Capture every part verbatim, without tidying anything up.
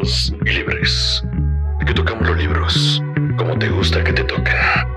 Abiertos y libres. Que tocamos los libros como te gusta que te toquen.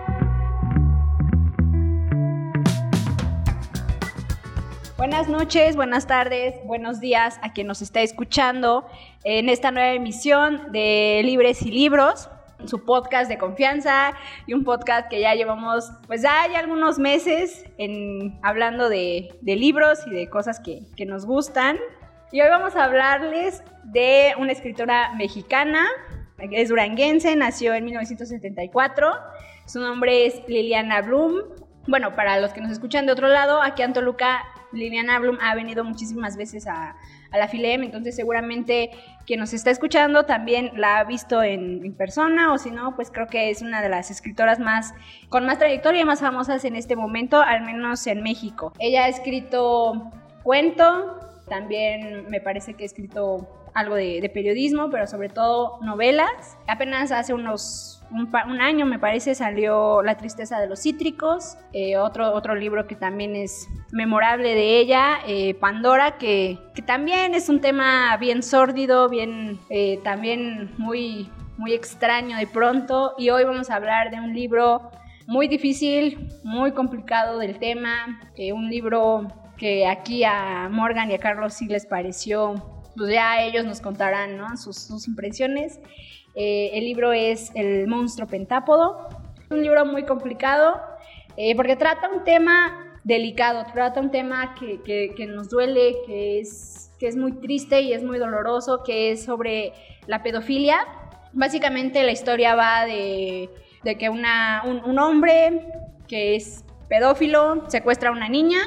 Buenas noches, buenas tardes, buenos días a quien nos está escuchando en esta nueva emisión de Libres y Libros, su podcast de confianza y un podcast que ya llevamos pues ya, ya algunos meses en, hablando de, de libros y de cosas que, que nos gustan. Y hoy vamos a hablarles de una escritora mexicana, es duranguense, nació en mil novecientos setenta y cuatro, su nombre es Liliana Blum. Bueno, para los que nos escuchan de otro lado, aquí en Toluca, Liliana Blum ha venido muchísimas veces a, a la FILEM, entonces seguramente quien nos está escuchando también la ha visto en, en persona, o si no, pues creo que es una de las escritoras más con más trayectoria y más famosas en este momento, al menos en México. Ella ha escrito cuento, también me parece que ha escrito algo de, de periodismo, pero sobre todo novelas. Apenas hace unos un, un año, me parece, salió La tristeza de los cítricos, eh, otro, otro libro que también es memorable de ella, eh, Pandora, que, que también es un tema bien sórdido, bien, eh, también muy, muy extraño de pronto. Y hoy vamos a hablar de un libro muy difícil, muy complicado del tema, eh, un libro que aquí a Morgan y a Carlos sí les pareció, pues ya ellos nos contarán, ¿no? sus, sus impresiones. Eh, el libro es El monstruo pentápodo, un libro muy complicado eh, porque trata un tema delicado, trata un tema que, que, que nos duele, que es, que es muy triste y es muy doloroso, que es sobre la pedofilia. Básicamente la historia va de, de que una, un, un hombre que es pedófilo secuestra a una niña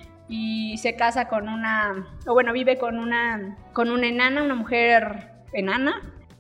y se casa con una, o bueno, vive con una, con una enana, una mujer enana,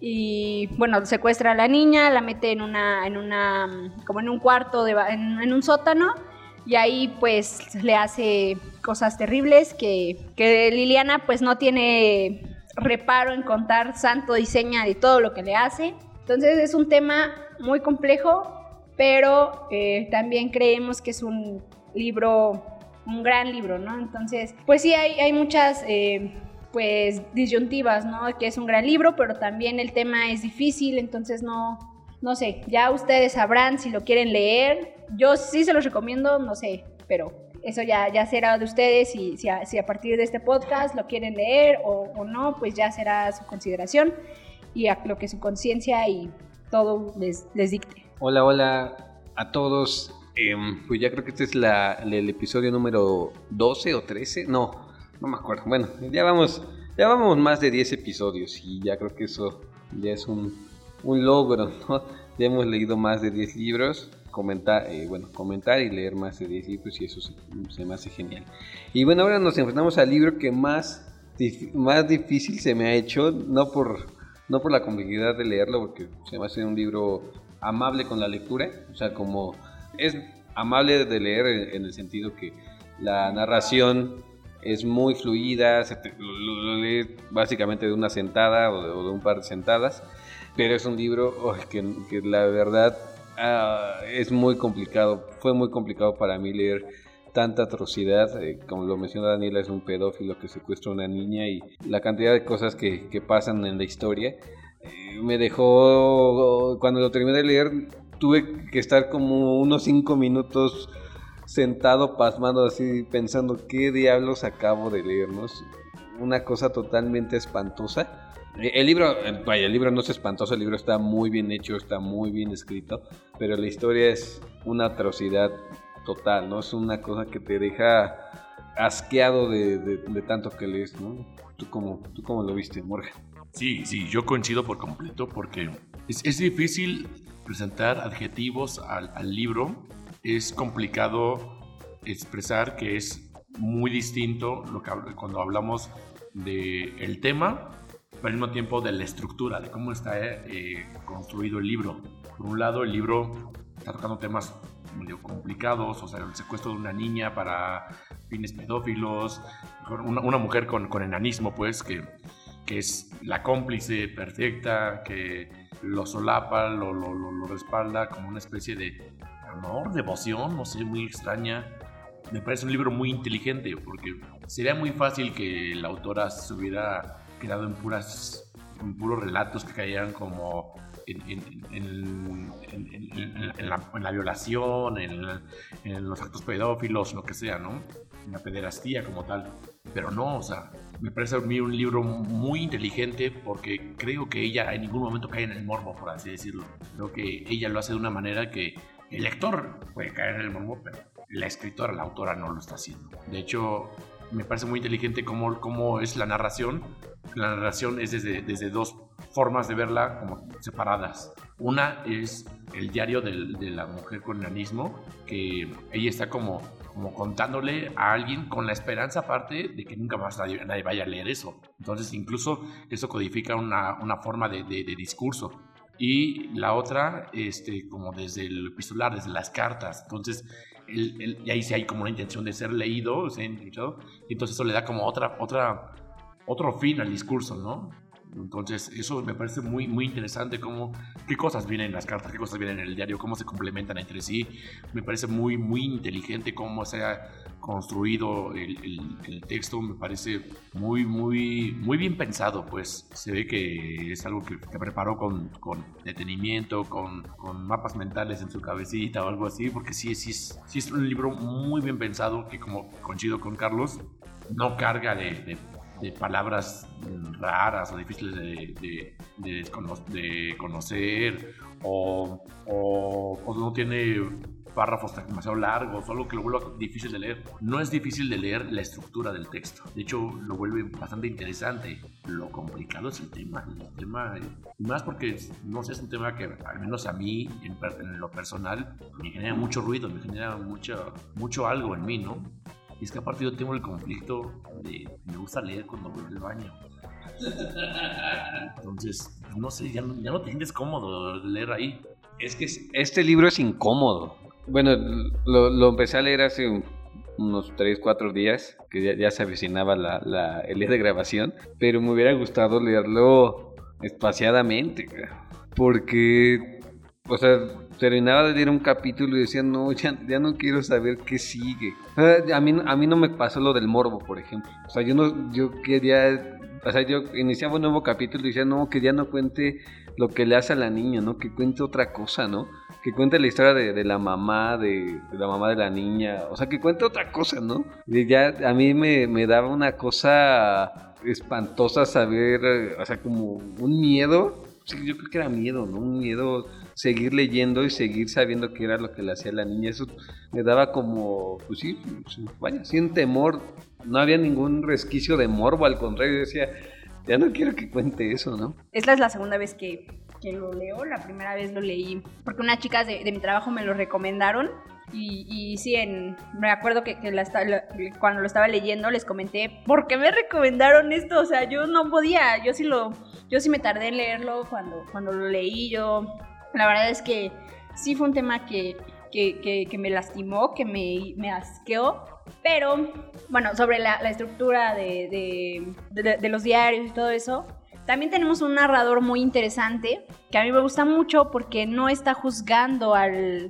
y bueno, secuestra a la niña, la mete en una, en una, como en un cuarto, de, en, en un sótano, y ahí pues le hace cosas terribles que, que Liliana pues no tiene reparo en contar santo y seña de todo lo que le hace. Entonces es un tema muy complejo, pero eh, también creemos que es un libro, un gran libro, ¿no? Entonces, pues sí, hay, hay muchas eh, pues disyuntivas, ¿no? Que es un gran libro, pero también el tema es difícil, entonces no, no sé, ya ustedes sabrán si lo quieren leer. Yo sí se los recomiendo, no sé, pero eso ya, ya será de ustedes, si, si, a, si a partir de este podcast lo quieren leer o, o no, pues ya será su consideración y a lo que su conciencia y todo les, les dicte. Hola, hola a todos. Eh, pues ya creo que este es la, el episodio número doce o trece, no, no me acuerdo. Bueno, ya vamos, ya vamos más de diez episodios y ya creo que eso ya es un, un logro, ¿no? Ya hemos leído más de diez libros, comentar, eh, bueno, comentar y leer más de diez libros y eso se, se me hace genial. Y bueno, ahora nos enfrentamos al libro que más, más difícil se me ha hecho, no por, no por la complejidad de leerlo, porque se me hace un libro amable con la lectura, o sea, como... Es amable de leer en el sentido que la narración es muy fluida, se te, lo, lo lees básicamente de una sentada o de, o de un par de sentadas, pero es un libro oh, que, que la verdad uh, es muy complicado, fue muy complicado para mí leer tanta atrocidad, eh, como lo menciona Daniela, es un pedófilo que secuestra a una niña y la cantidad de cosas que, que pasan en la historia eh, me dejó, cuando lo terminé de leer, tuve que estar como unos cinco minutos sentado, pasmando así, pensando qué diablos acabo de leer, ¿no? Una cosa totalmente espantosa. El libro, vaya, el libro no es espantoso, el libro está muy bien hecho, está muy bien escrito, pero la historia es una atrocidad total, ¿no? Es una cosa que te deja asqueado de, de, de tanto que lees, ¿no? ¿Tú cómo, tú cómo lo viste, Morgan? Sí, sí, yo coincido por completo porque es, es difícil presentar adjetivos al, al libro, es complicado expresar que es muy distinto lo que, cuando hablamos del tema, pero al mismo tiempo de la estructura, de cómo está eh, construido el libro. Por un lado, el libro está tocando temas medio complicados, o sea, el secuestro de una niña para fines pedófilos, una, una mujer con, con enanismo, pues, que, que es la cómplice perfecta, que lo solapa, lo, lo, lo, lo respalda como una especie de amor, devoción, no sé, muy extraña. Me parece un libro muy inteligente porque sería muy fácil que la autora se hubiera quedado en puras puros relatos que caían como en, en, en, en, en, en, la, en la violación, en, en los actos pedófilos, lo que sea, ¿no? En la pederastía como tal. Pero no, o sea, me parece a mí un libro muy inteligente porque creo que ella en ningún momento cae en el morbo, por así decirlo. Creo que ella lo hace de una manera que el lector puede caer en el morbo, pero la escritora, la autora no lo está haciendo. De hecho, me parece muy inteligente cómo, cómo es la narración. La narración es desde, desde dos formas de verla como separadas. Una es el diario del, de la mujer con enanismo, que ella está como, como contándole a alguien con la esperanza aparte de que nunca más nadie, nadie vaya a leer eso. Entonces incluso eso codifica una, una forma de, de, de discurso. Y la otra, este, como desde el epistolar, desde las cartas. Entonces, el, el, y ahí sí hay como una intención de ser leído, o sea, y entonces eso le da como otra, otra, otro fin al discurso, ¿no? Entonces, eso me parece muy, muy interesante, cómo, qué cosas vienen en las cartas, qué cosas vienen en el diario, cómo se complementan entre sí. Me parece muy, muy inteligente cómo se ha construido el, el, el texto. Me parece muy, muy, muy bien pensado, pues. Se ve que es algo que, que preparó con, con detenimiento, con, con mapas mentales en su cabecita o algo así, porque sí, sí, es, sí es un libro muy bien pensado que, como coincido con Carlos, no carga de... de de palabras raras o difíciles de, de, de, descono- de conocer o, o, o no tiene párrafos demasiado largos o algo que lo vuelva difícil de leer. No es difícil de leer la estructura del texto, de hecho lo vuelve bastante interesante. Lo complicado es el tema, el tema y más porque no sé, es un tema que al menos a mí en, en lo personal me genera mucho ruido, me genera mucho, mucho algo en mí, ¿no? Y es que aparte yo tengo el conflicto de me gusta leer cuando voy al baño. Entonces, no sé, ya no, ya no te sientes cómodo leer ahí. Es que este libro es incómodo. Bueno, lo, lo empecé a leer hace un, unos tres, cuatro días, que ya, ya se avecinaba la, la, el día de grabación, pero me hubiera gustado leerlo espaciadamente, porque, o sea, terminaba de leer un capítulo y decía, no, ya, ya no quiero saber qué sigue. A mí, a mí no me pasó lo del morbo, por ejemplo. O sea, yo no, yo quería, o sea, yo iniciaba un nuevo capítulo y decía, no, que ya no cuente lo que le hace a la niña, ¿no? Que cuente otra cosa, ¿no? Que cuente la historia de, de la mamá, de, de la mamá de la niña. O sea, que cuente otra cosa, ¿no? Y ya a mí me, me daba una cosa espantosa saber, o sea, como un miedo. Sí, yo creo que era miedo, ¿no? Un miedo seguir leyendo y seguir sabiendo qué era lo que le hacía a la niña. Eso me daba como, pues sí, vaya, sin temor. No había ningún resquicio de morbo, al contrario, yo decía, ya no quiero que cuente eso, ¿no? Esta es la segunda vez que, que lo leo. La primera vez lo leí porque unas chicas de, de mi trabajo me lo recomendaron. Y, y sí, en, me acuerdo que, que la, la, cuando lo estaba leyendo les comenté, ¿por qué me recomendaron esto? O sea, yo no podía, yo sí lo, yo sí me tardé en leerlo cuando, cuando lo leí. Yo, la verdad es que sí fue un tema que, que, que, que me lastimó, que me, me asqueó. Pero, bueno, sobre la, la estructura de, de, de, de los diarios y todo eso, también tenemos un narrador muy interesante que a mí me gusta mucho porque no está juzgando al,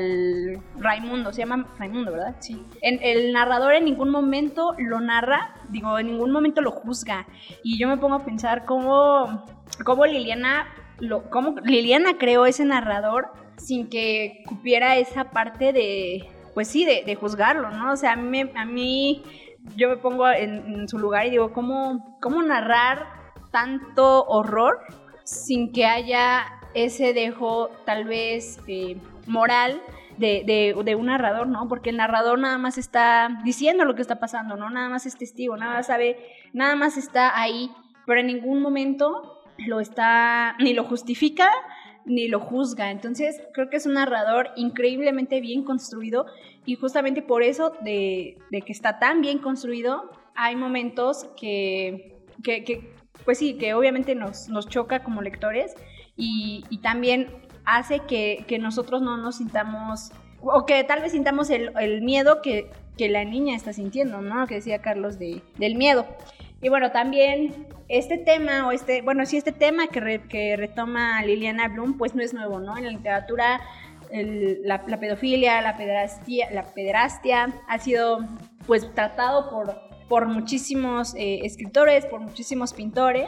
al Raimundo, se llama Raimundo, ¿verdad? Sí. En, el narrador en ningún momento lo narra, digo, en ningún momento lo juzga. Y yo me pongo a pensar cómo, cómo Liliana, lo, cómo Liliana creó ese narrador sin que cupiera esa parte de, pues sí, de, de juzgarlo, ¿no? O sea, a mí, a mí yo me pongo en, en su lugar y digo, ¿cómo, cómo narrar tanto horror sin que haya ese dejo tal vez eh, moral de, de, de un narrador, ¿no? Porque el narrador nada más está diciendo lo que está pasando, ¿no? Nada más es testigo, nada más sabe, nada más está ahí, pero en ningún momento lo está, ni lo justifica, ni lo juzga. Entonces creo que es un narrador increíblemente bien construido y justamente por eso de, de que está tan bien construido, hay momentos que... que, que pues sí, que obviamente nos, nos choca como lectores y, y también hace que, que nosotros no nos sintamos, o que tal vez sintamos el, el miedo que, que la niña está sintiendo, ¿no? Que decía Carlos de, del miedo. Y bueno, también este tema, o este, bueno, sí, este tema que, re, que retoma Liliana Bloom, pues no es nuevo, ¿no? En la literatura, el, la, la pedofilia, la pederastia, la pederastia ha sido, pues, tratado por... por muchísimos eh, escritores, por muchísimos pintores,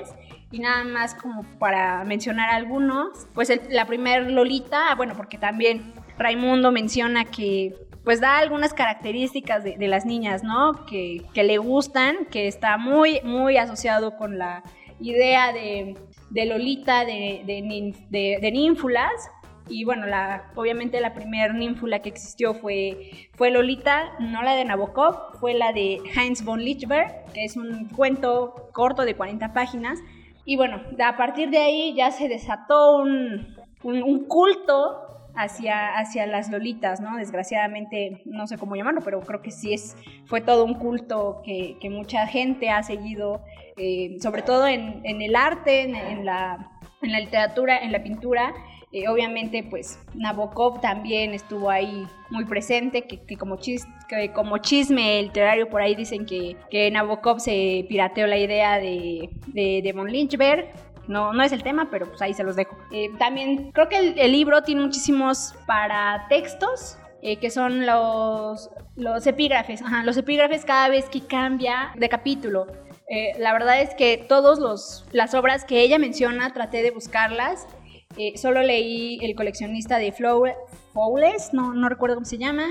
Y nada más como para mencionar algunos, pues el, la primer Lolita, bueno, porque también Raimundo menciona que pues da algunas características de, de las niñas, ¿no? Que, que le gustan, que está muy, muy asociado con la idea de, de Lolita, de, de, de, de ninfulas. Y bueno, la, obviamente la primer ninfula que existió fue, fue Lolita, no la de Nabokov, fue la de Heinz von Lichtenberg, que es un cuento corto de cuarenta páginas. Y bueno, a partir de ahí ya se desató un, un, un culto hacia, hacia las Lolitas, ¿no? Desgraciadamente, no sé cómo llamarlo, pero creo que sí es, fue todo un culto que, que mucha gente ha seguido, eh, sobre todo en, en el arte, en, en, la, en la literatura, en la pintura. Eh, obviamente, pues, Nabokov también estuvo ahí muy presente, que, que, como, chis, que como chisme literario por ahí dicen que, que Nabokov se pirateó la idea de, de, de von Lichtenberg. No, no es el tema, pero pues ahí se los dejo. Eh, también creo que el, el libro tiene muchísimos paratextos, eh, que son los, los epígrafes. Ajá, los epígrafes cada vez que cambia de capítulo. Eh, la verdad es que todas las obras que ella menciona traté de buscarlas. Eh, solo leí El coleccionista de Fowles, no, no recuerdo cómo se llama,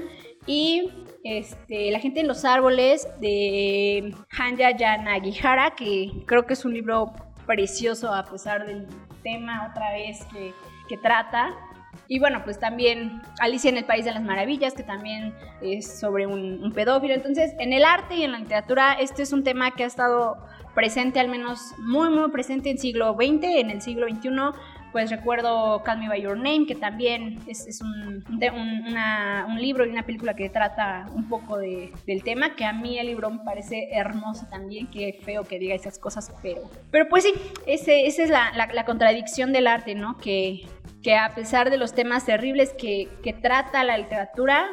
y este, La gente en los árboles de Hanya Yanagihara, que creo que es un libro precioso a pesar del tema otra vez que, que trata. Y bueno, pues también Alicia en el País de las Maravillas, que también es sobre un, un pedófilo. Entonces, en el arte y en la literatura, este es un tema que ha estado presente, al menos muy, muy presente en el siglo veinte, en el siglo veintiuno. Pues recuerdo Call Me By Your Name, que también es, es un, un, una, un libro y una película que trata un poco de, del tema, que a mí el libro me parece hermoso también. Qué feo que diga esas cosas, pero, pero pues sí, ese, esa es la, la, la contradicción del arte, ¿no? Que, que a pesar de los temas terribles que, que trata la literatura,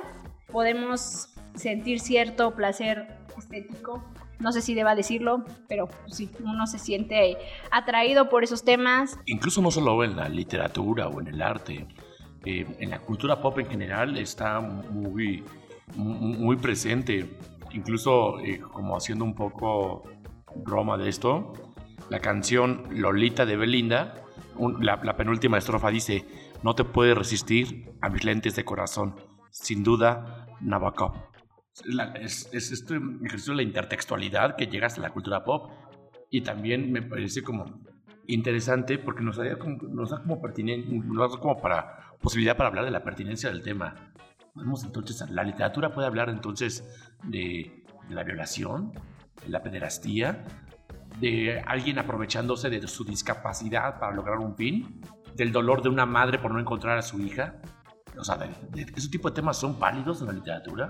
podemos sentir cierto placer estético. No sé si deba decirlo, pero sí, uno se siente atraído por esos temas. Incluso no solo en la literatura o en el arte, eh, en la cultura pop en general está muy, muy, muy presente. Incluso, eh, como haciendo un poco broma de esto, la canción Lolita de Belinda, un, la, la penúltima estrofa dice: no te puedes resistir a mis lentes de corazón, sin duda, Nabokov. La, es, es este ejercicio de la intertextualidad que llega hasta la cultura pop, y también me parece como interesante porque nos da como, nos da como, pertinen, nos da como para, posibilidad para hablar de la pertinencia del tema. Vamos, entonces, la literatura puede hablar entonces de, de la violación, de la pederastía, de alguien aprovechándose de su discapacidad para lograr un fin, del dolor de una madre por no encontrar a su hija. O sea, de, de, ¿ese tipo de temas son válidos en la literatura?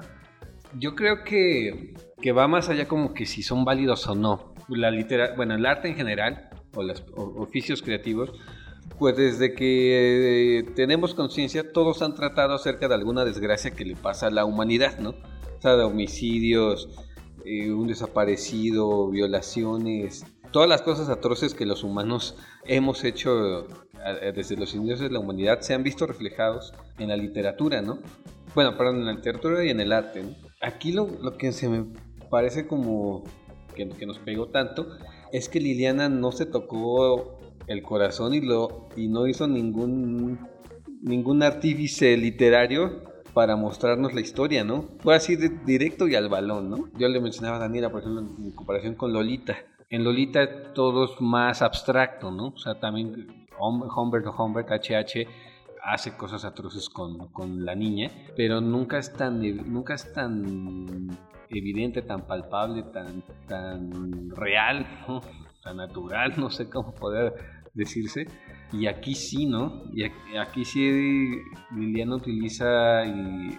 Yo creo que, que va más allá como que si son válidos o no. La litera, bueno, el arte en general, o los o, oficios creativos, pues desde que eh, tenemos conciencia, todos han tratado acerca de alguna desgracia que le pasa a la humanidad, ¿no? O sea, de homicidios, eh, un desaparecido, violaciones, todas las cosas atroces que los humanos hemos hecho eh, desde los inicios de la humanidad se han visto reflejados en la literatura, ¿no? Bueno, perdón, en la literatura y en el arte, ¿no? Aquí lo, lo que se me parece como que, que nos pegó tanto es que Liliana no se tocó el corazón y, lo, y no hizo ningún, ningún artífice literario para mostrarnos la historia, ¿no? Fue así de directo y al balón, ¿no? Yo le mencionaba a Daniela, por ejemplo, en comparación con Lolita. En Lolita todo es más abstracto, ¿no? O sea, también Humbert o Humbert, H H, hace cosas atroces con, con la niña, pero nunca es tan, nunca es tan evidente, tan palpable, tan, tan real, ¿no? Tan natural, no sé cómo poder decirse. Y aquí sí, ¿no? Y aquí, aquí sí Liliana utiliza y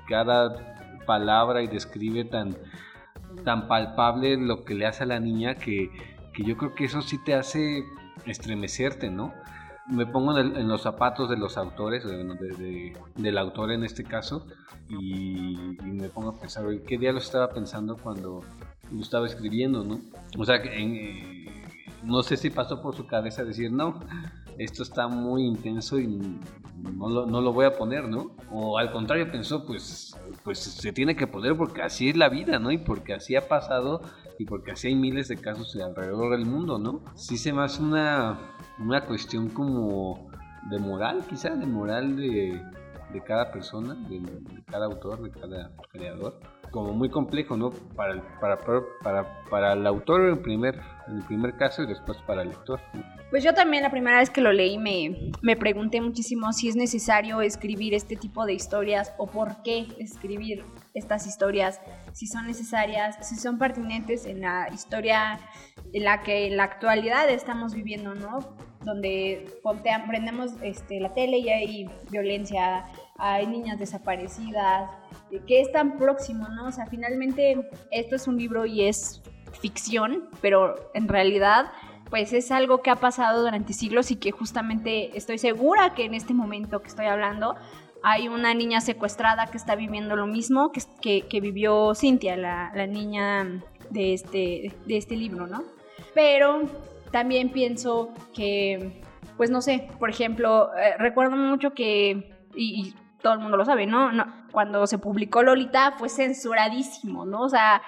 cada palabra y describe tan, tan palpable lo que le hace a la niña que, que yo creo que eso sí te hace estremecerte, ¿no? Me pongo en, el, en los zapatos de los autores, de, de, de, del autor en este caso, y, y me pongo a pensar, ¿qué día lo estaba pensando cuando lo estaba escribiendo, no? O sea, en, eh, no sé si pasó por su cabeza decir, no, esto está muy intenso y no lo, no lo voy a poner, ¿no? O al contrario pensó, pues pues se tiene que poder porque así es la vida, ¿no? Y porque así ha pasado y porque así hay miles de casos alrededor del mundo, ¿no? Sí se me hace una, una cuestión como de moral, quizá, de moral de, de cada persona, de, de cada autor, de cada creador, como muy complejo, ¿no? Para el, para, para, para el autor en, primer, en el primer caso y después para el lector, ¿no? Pues yo también la primera vez que lo leí me, me pregunté muchísimo si es necesario escribir este tipo de historias o por qué escribir estas historias, si son necesarias, si son pertinentes en la historia en la que en la actualidad estamos viviendo, ¿no? Donde prendemos este, la tele y hay violencia, hay niñas desaparecidas, que es tan próximo, ¿no? O sea, finalmente esto es un libro y es ficción, pero en realidad pues es algo que ha pasado durante siglos y que justamente estoy segura que en este momento que estoy hablando hay una niña secuestrada que está viviendo lo mismo que, que, que vivió Cintia, la, la niña de este, de este libro, ¿no? Pero también pienso que, pues no sé, por ejemplo, eh, recuerdo mucho que, y, y todo el mundo lo sabe, ¿no? no cuando se publicó Lolita fue censuradísimo, ¿no? O sea,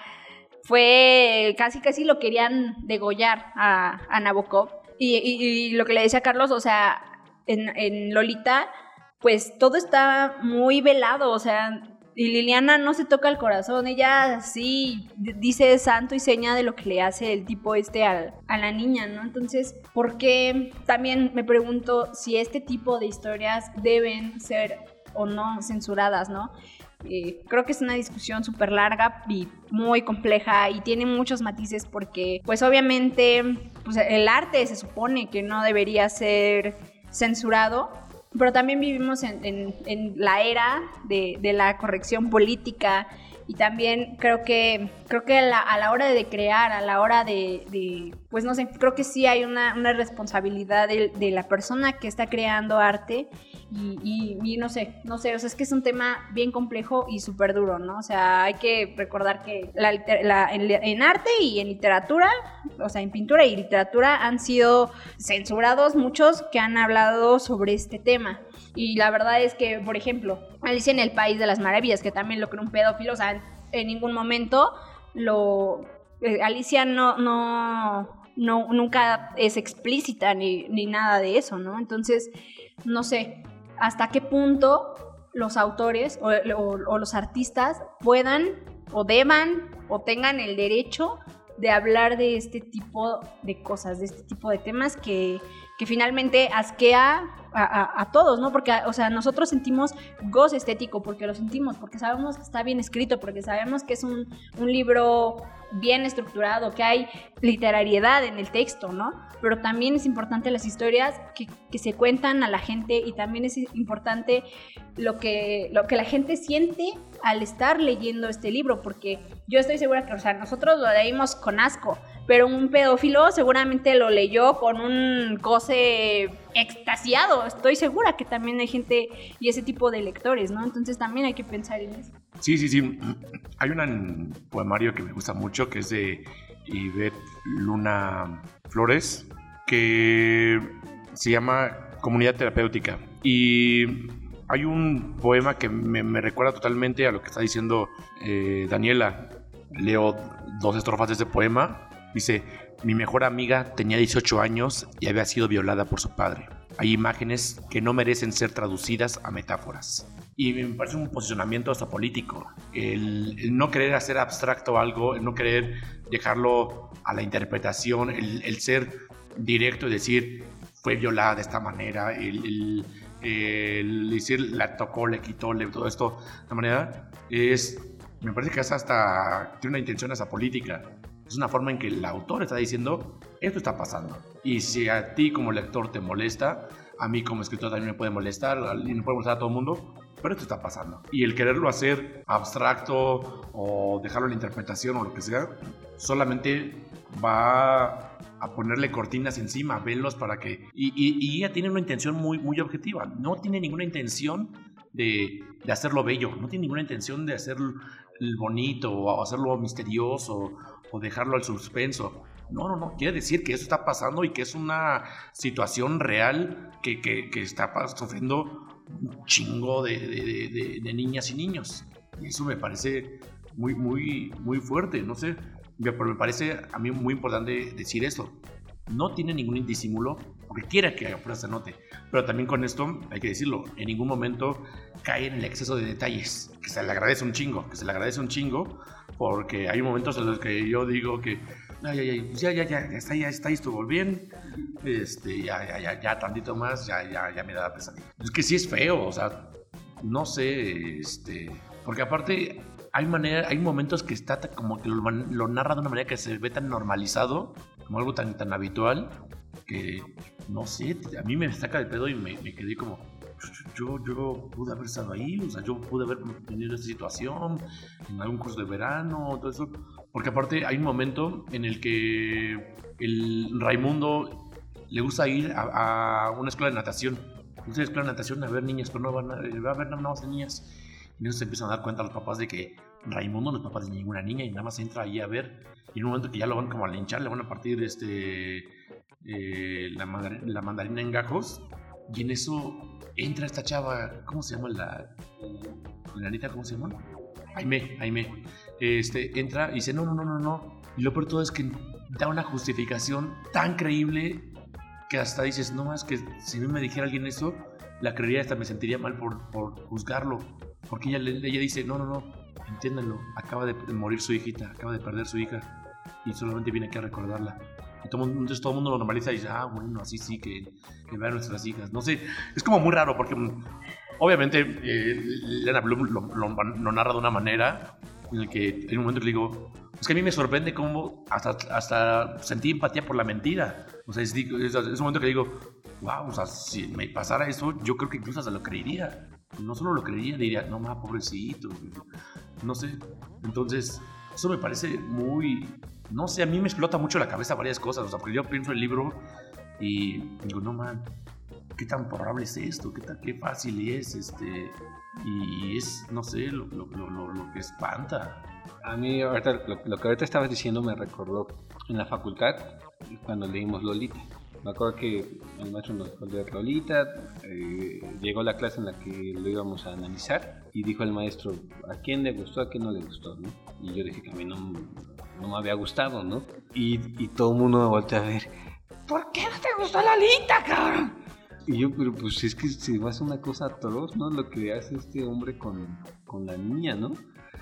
fue casi casi lo querían degollar a, a Nabokov. Y, y, y lo que le decía a Carlos, o sea, en, en Lolita, pues todo está muy velado, o sea, y Liliana no se toca el corazón, ella sí dice santo y seña de lo que le hace el tipo este a, a la niña, ¿no? Entonces, ¿por qué? También me pregunto si este tipo de historias deben ser o no censuradas, ¿no? Eh, creo que es una discusión súper larga y muy compleja y tiene muchos matices porque pues obviamente pues, el arte se supone que no debería ser censurado, pero también vivimos en, en, en la era de, de la corrección política y también creo que creo que a la, a la hora de crear, a la hora de, de pues no sé, creo que sí hay una, una responsabilidad de, de la persona que está creando arte y, y, y no sé, no sé, o sea, es que es un tema bien complejo y súper duro, ¿no? O sea, hay que recordar que la, la, en, en arte y en literatura, o sea, en pintura y literatura han sido censurados muchos que han hablado sobre este tema. Y la verdad es que, por ejemplo, Alicia en el País de las Maravillas, que también lo creó un pedófilo, o sea, en, en ningún momento lo... Eh, Alicia no, no, no, nunca es explícita ni, ni nada de eso, ¿no? Entonces, no sé, hasta qué punto los autores o, o, o los artistas puedan o deban o tengan el derecho de hablar de este tipo de cosas, de este tipo de temas que, que finalmente asquea a, a, a todos, ¿no? Porque, o sea, nosotros sentimos goce estético porque lo sentimos, porque sabemos que está bien escrito, porque sabemos que es un, un libro bien estructurado, que hay literariedad en el texto, ¿no? Pero también es importante las historias que, que se cuentan a la gente y también es importante lo que, lo que la gente siente al estar leyendo este libro, porque yo estoy segura que, o sea, nosotros lo leímos con asco, pero un pedófilo seguramente lo leyó con un goce extasiado. Estoy segura que también hay gente y ese tipo de lectores, ¿no? Entonces también hay que pensar en eso. Sí, sí, sí. Hay un poemario que me gusta mucho que es de Ivette Luna Flores, que se llama Comunidad Terapéutica. Y hay un poema que me, me recuerda totalmente a lo que está diciendo eh, Daniela. Leo dos estrofas de ese poema. Dice: mi mejor amiga tenía dieciocho años y había sido violada por su padre. Hay imágenes que no merecen ser traducidas a metáforas. Y me parece un posicionamiento hasta político. El, el no querer hacer abstracto algo, el no querer dejarlo a la interpretación, el, el ser directo y decir fue violada de esta manera, el, el, el decir la tocó, le quitó, le, todo esto de esta manera, es, me parece que es hasta, tiene una intención hasta política. Es una forma en que el autor está diciendo, esto está pasando. Y si a ti como lector te molesta, a mí como escritor también me puede molestar, y me puede molestar a todo el mundo, pero esto está pasando. Y el quererlo hacer abstracto o dejarlo en la interpretación o lo que sea, solamente va a ponerle cortinas encima, velos para que... Y, y, y ella tiene una intención muy, muy objetiva. No tiene ninguna intención de, de hacerlo bello, no tiene ninguna intención de hacer el bonito o hacerlo misterioso o dejarlo al suspenso. No, no, no, quiere decir que eso está pasando y que es una situación real que, que, que está sufriendo un chingo de, de, de, de niñas y niños. Y eso me parece muy, muy, muy fuerte, no sé. Pero me parece a mí muy importante decir esto. No tiene ningún disimulo, porque quiera que afuera se note. Pero también con esto, hay que decirlo, en ningún momento cae en el exceso de detalles, que se le agradece un chingo, que se le agradece un chingo, porque hay momentos en los que yo digo que ay, ay, ay, ya, ya, ya, ya está, ya está, estuvo bien, este, ya, ya, ya, ya, tantito más, ya, ya, ya me da pesadilla. Es que sí es feo, o sea, no sé, este, porque aparte hay manera, hay momentos que está como que lo, lo narra de una manera que se ve tan normalizado, como algo tan, tan habitual, que no sé, a mí me saca de pedo y me, me quedé como, yo, yo pude haber estado ahí, o sea, yo pude haber tenido esa situación en algún curso de verano, todo eso, porque aparte hay un momento en el que el Raimundo le gusta ir a, a una escuela de natación, una escuela de natación a ver niñas, pero no van a, va a ver nada más de niñas. Y entonces se empiezan a dar cuenta los papás de que Raimundo no es papá de ninguna niña y nada más entra ahí a ver. Y en un momento que ya lo van como a linchar, le van a partir este, eh, la, mandarina, la mandarina en gajos. Y en eso entra esta chava, ¿cómo se llama la, la nanita? ¿Cómo se llama? Aimé, Aimé. Este, entra y dice, no, no, no, no, no. Y lo peor de todo es que da una justificación tan creíble que hasta dices, no más que si a mí me dijera alguien eso, la creería, hasta me sentiría mal por, por juzgarlo. Porque ella, ella dice, no, no, no, entiéndanlo, acaba de morir su hijita, acaba de perder su hija y solamente viene aquí a recordarla. Y todo, entonces todo el mundo lo normaliza y dice, ah, bueno, así sí, que, que vean nuestras hijas. No sé, es como muy raro porque obviamente eh, Lena Bloom lo, lo, lo narra de una manera en la que en un momento le digo, es que a mí me sorprende cómo hasta, hasta sentí empatía por la mentira. O sea, es, es, es un momento que digo, wow, o sea, si me pasara eso, yo creo que incluso hasta lo creería. No solo lo creería, diría, no más, pobrecito, no sé. Entonces, eso me parece muy, no sé, a mí me explota mucho la cabeza varias cosas, o sea, porque yo pienso el libro y digo, no man, qué tan probable es esto, qué tan, qué fácil es, este, y es, no sé, lo, lo, lo, lo que espanta. A mí, ahorita, lo, lo que ahorita estabas diciendo me recordó en la facultad, cuando leímos Lolita. Me acuerdo que el maestro nos dejó leer Lolita, eh, llegó la clase en la que lo íbamos a analizar y dijo el maestro a quién le gustó, a quién no le gustó, ¿no? Y yo dije que a mí no, no me había gustado, ¿no? Y, y todo el mundo me volteó a ver, ¿por qué no te gustó Lolita, cabrón? Y yo, pero pues es que se va a hacer una cosa atroz, ¿no? Lo que hace este hombre con, con la niña, ¿no?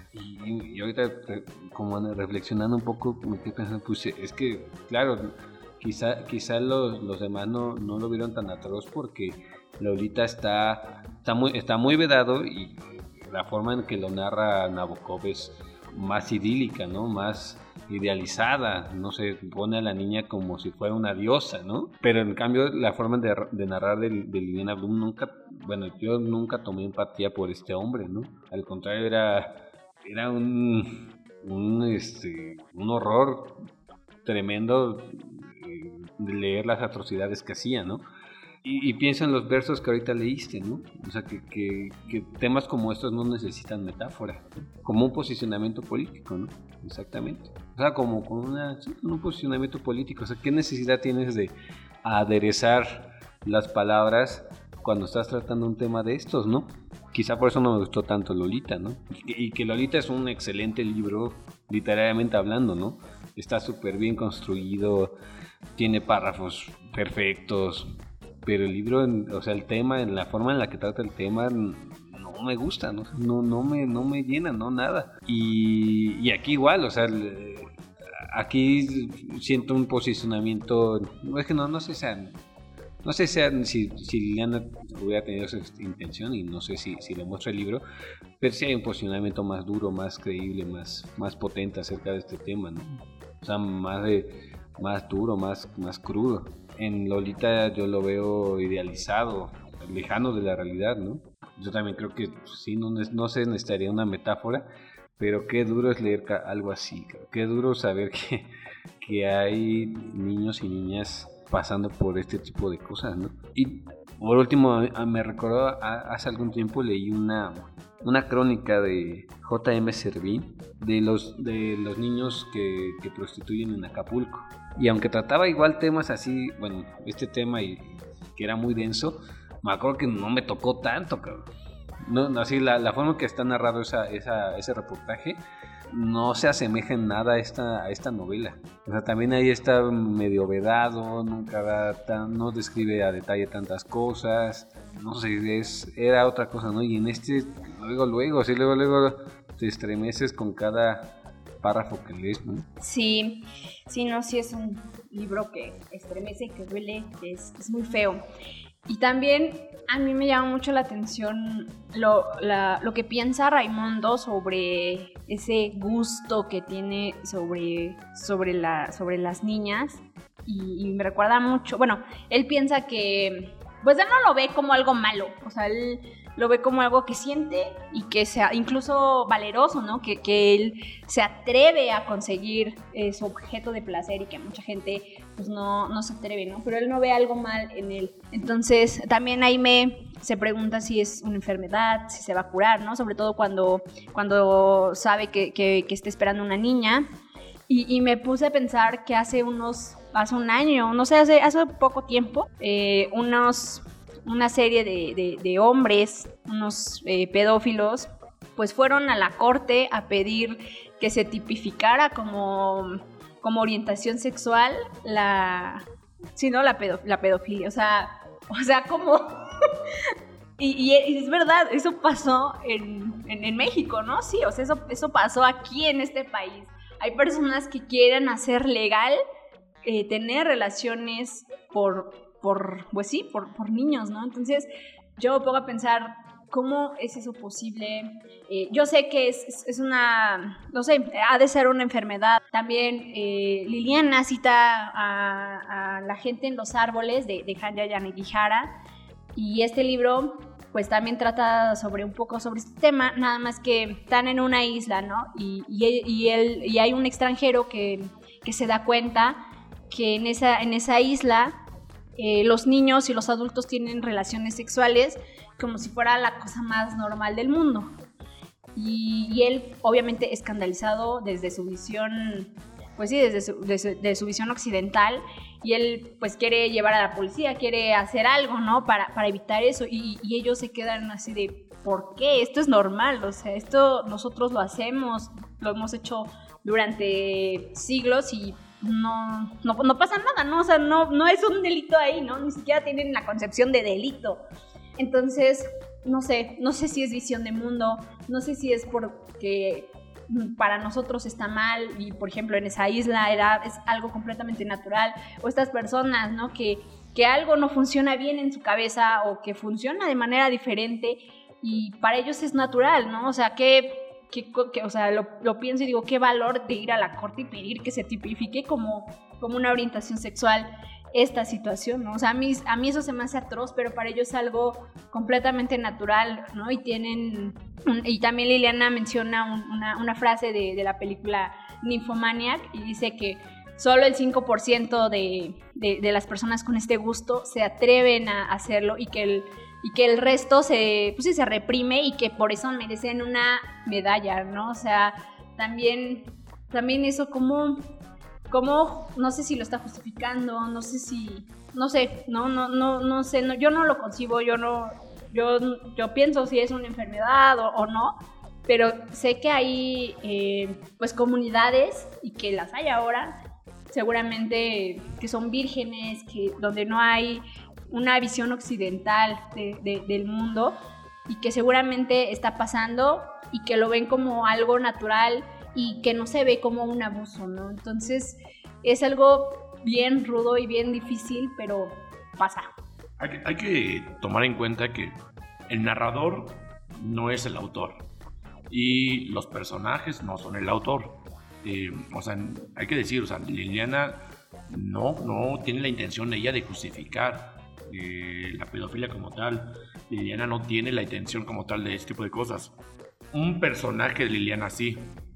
Y, y ahorita, como reflexionando un poco, me quedé pensando, pues es que, claro, quizá, quizá los, los demás no, no lo vieron tan atroz porque Lolita está, está, muy, está muy vedado y la forma en que lo narra Nabokov es más idílica, ¿no? Más idealizada, no sé, pone a la niña como si fuera una diosa, ¿no? Pero en cambio la forma de, de narrar de, de Liliana Bloom nunca, bueno, yo nunca tomé empatía por este hombre, ¿no? Al contrario, era, era un, un, este, un horror tremendo eh, de leer las atrocidades que hacía, ¿no? Y, y pienso en los versos que ahorita leíste, ¿no? O sea, que, que, que temas como estos no necesitan metáfora, ¿no? Como un posicionamiento político, ¿no? Exactamente. O sea, como con una, sí, un posicionamiento político. O sea, ¿qué necesidad tienes de aderezar las palabras cuando estás tratando un tema de estos, ¿no? Quizá por eso no me gustó tanto Lolita, ¿no? Y, y que Lolita es un excelente libro, literariamente hablando, ¿no? Está súper bien construido, tiene párrafos perfectos. Pero el libro, o sea, el tema, en la forma en la que trata el tema, no me gusta, no, no, no, me, no me llena, no nada. Y, y aquí igual, o sea, aquí siento un posicionamiento, es que no, no sé, sean, no sé sean, si, si Liliana hubiera tenido esa intención y no sé si, si le muestra el libro, pero sí hay un posicionamiento más duro, más creíble, más, más potente acerca de este tema, ¿no? O sea, más, de, más duro, más, más crudo. En Lolita yo lo veo idealizado, lejano de la realidad, ¿no? Yo también creo que sí, no, no se necesitaría una metáfora, pero qué duro es leer algo así, qué duro saber que, que hay niños y niñas pasando por este tipo de cosas, ¿no? Y por último, me recordó, hace algún tiempo leí una, una crónica de J M Servín de los, de los niños que, que prostituyen en Acapulco. Y aunque trataba igual temas así, bueno, este tema y, que era muy denso, me acuerdo que no me tocó tanto, cabrón. no, no, así la, la forma en que está narrado esa, esa, ese reportaje no se asemeja en nada a esta, a esta novela. O sea, también ahí está medio vedado, nunca da tan, no describe a detalle tantas cosas, no sé, es, era otra cosa, ¿no? Y en este, luego, luego, así luego, luego te estremeces con cada párrafo que lees, ¿no? Sí, sí, no, sí es un libro que estremece, que duele, que es, es muy feo. Y también a mí me llama mucho la atención lo, la, lo que piensa Raimundo sobre ese gusto que tiene sobre, sobre, la, sobre las niñas. Y, y me recuerda mucho, bueno, él piensa que, pues él no lo ve como algo malo, o sea, él lo ve como algo que siente y que sea incluso valeroso, ¿no? Que, que él se atreve a conseguir eh, su objeto de placer y que mucha gente pues no, no se atreve, ¿no? Pero él no ve algo mal en él. Entonces también ahí me se pregunta si es una enfermedad, si se va a curar, ¿no? Sobre todo cuando, cuando sabe que, que, que está esperando una niña. Y, y me puse a pensar que hace unos, hace un año, no sé, hace, hace poco tiempo, eh, unos... una serie de, de, de hombres, unos eh, pedófilos, pues fueron a la corte a pedir que se tipificara como, como orientación sexual la, sí, ¿no? la, pedo, la pedofilia, o sea, o sea, como... y, y es verdad, eso pasó en, en, en México, ¿no? Sí, o sea, eso, eso pasó aquí en este país. Hay personas que quieren hacer legal eh, tener relaciones por... por, pues sí, por, por niños, ¿no? Entonces yo me pongo a pensar, ¿cómo es eso posible? Eh, yo sé que es, es, es una, no sé, ha de ser una enfermedad. También eh, Liliana cita a, a La gente en los árboles de, de Hanya Yanagihara, y este libro pues también trata sobre un poco sobre este tema, nada más que están en una isla, ¿no? Y, y, y, él, y hay un extranjero que, que se da cuenta que en esa, en esa isla Eh, los niños y los adultos tienen relaciones sexuales como si fuera la cosa más normal del mundo. Y, y él, obviamente, escandalizado desde su visión, pues sí, desde su, desde, de su visión occidental, y él, pues, quiere llevar a la policía, quiere hacer algo, ¿no? Para, para evitar eso. Y, y ellos se quedan así de, ¿por qué? Esto es normal, o sea, esto nosotros lo hacemos, lo hemos hecho durante siglos y No, no, no pasa nada, ¿no? O sea, no, no es un delito ahí, ¿no? Ni siquiera tienen la concepción de delito. Entonces, no sé, no sé si es visión de mundo, no sé si es porque para nosotros está mal y, por ejemplo, en esa isla era, es algo completamente natural, o estas personas, ¿no? Que, que algo no funciona bien en su cabeza o que funciona de manera diferente y para ellos es natural, ¿no? O sea, que... Que, que, o sea, lo, lo pienso y digo, qué valor de ir a la corte y pedir que se tipifique como, como una orientación sexual esta situación, ¿no? O sea, a mí, a mí eso se me hace atroz, pero para ellos es algo completamente natural, ¿no? Y tienen, un, y también Liliana menciona un, una, una frase de, de la película Nymphomaniac y dice que solo el cinco por ciento de, de, de las personas con este gusto se atreven a hacerlo y que el y que el resto se, pues sí, se reprime y que por eso merecen una medalla, ¿no? O sea, también, también eso como, como, no sé si lo está justificando, no sé si, no sé, no, no, no, no sé, no, yo no lo concibo, yo no, yo, yo pienso si es una enfermedad o, o no, pero sé que hay, eh, pues, comunidades y que las hay ahora, seguramente que son vírgenes, que donde no hay una visión occidental de, de, del mundo y que seguramente está pasando y que lo ven como algo natural y que no se ve como un abuso, ¿no? Entonces es algo bien rudo y bien difícil, pero pasa. Hay que, hay que tomar en cuenta que el narrador no es el autor y los personajes no son el autor. Eh, o sea, hay que decir, o sea, Liliana no, no tiene la intención ella de justificar Eh, la pedofilia como tal. Liliana no tiene la intención como tal de este tipo de cosas. Un personaje de Liliana sí,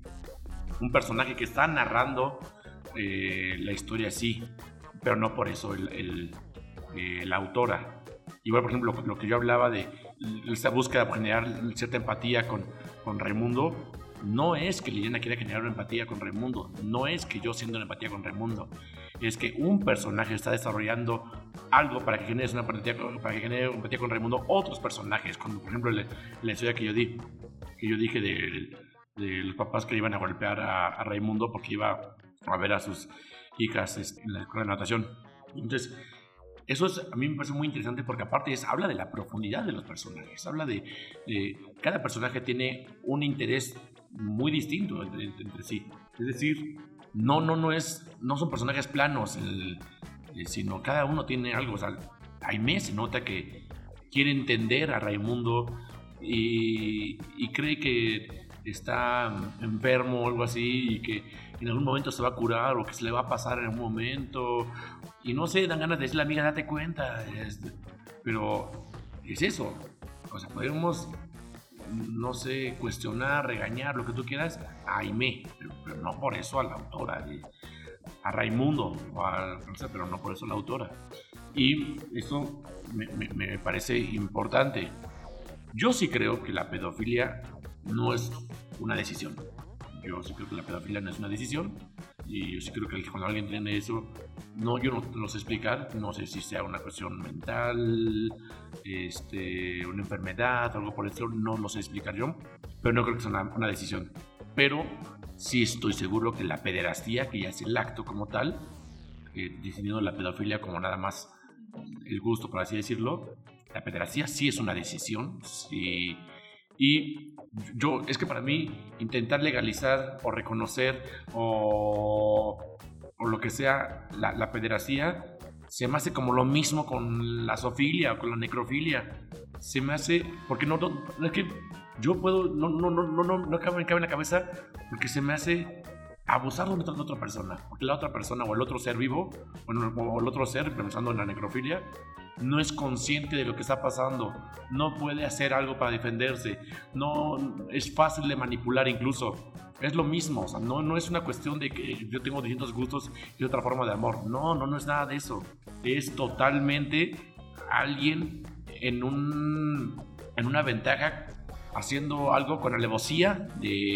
un personaje que está narrando eh, la historia sí, pero no por eso el, el, eh, la autora. Igual, por ejemplo, lo que yo hablaba de esta búsqueda de generar cierta empatía con, con Raimundo, no es que Liliana quiera generar una empatía con Raimundo, no es que yo sienta una empatía con Raimundo, es que un personaje está desarrollando algo para que generes una empatía, para que genere empatía con Raimundo, otros personajes, como por ejemplo la, la historia que yo di, que yo dije de, de los papás que iban a golpear a, a Raimundo porque iba a ver a sus hijas este, en la escuela de natación. Entonces, eso es, a mí me parece muy interesante porque aparte es, habla de la profundidad de los personajes, habla de, de cada personaje tiene un interés muy distinto entre, entre sí. Es decir, no, no, no, es, no son personajes planos, el, el, sino cada uno tiene algo. O sea, Aimé se nota que quiere entender a Raimundo y, y cree que está enfermo o algo así y que en algún momento se va a curar o que se le va a pasar en algún momento. Y no sé, dan ganas de decirle, amiga, date cuenta. Es, pero es eso. O sea, podemos, no sé, cuestionar, regañar, lo que tú quieras, a Aimé, pero, pero no por eso a la autora, a Raimundo, o a, no sé, pero no por eso a la autora. Y eso me, me, me parece importante. Yo sí creo que la pedofilia no es una decisión. Yo sí creo que la pedofilia no es una decisión. Y yo sí creo que cuando alguien entiende eso, no, yo no lo sé explicar. No sé si sea una cuestión mental, este, una enfermedad, algo por el estilo. No lo sé explicar yo. Pero no creo que sea una, una decisión. Pero sí estoy seguro que la pederastía, que ya es el acto como tal, eh, decidiendo la pedofilia como nada más el gusto, por así decirlo, la pederastía sí es una decisión. Sí. Y yo, es que para mí, intentar legalizar o reconocer o, o lo que sea la, la pederastía, se me hace como lo mismo con la zoofilia o con la necrofilia. Se me hace, porque no, no, no es que yo puedo, no, no, no, no, no, no cabe, cabe en la cabeza, porque se me hace abusar de otra, de otra persona, porque la otra persona o el otro ser vivo, bueno, o el otro ser, pensando en la necrofilia, no es consciente de lo que está pasando, no puede hacer algo para defenderse, no es fácil de manipular incluso. Es lo mismo, o sea, no, no es una cuestión de que yo tengo distintos gustos y otra forma de amor. No, no, no es nada de eso. Es totalmente alguien en, un, en una ventaja haciendo algo con alevosía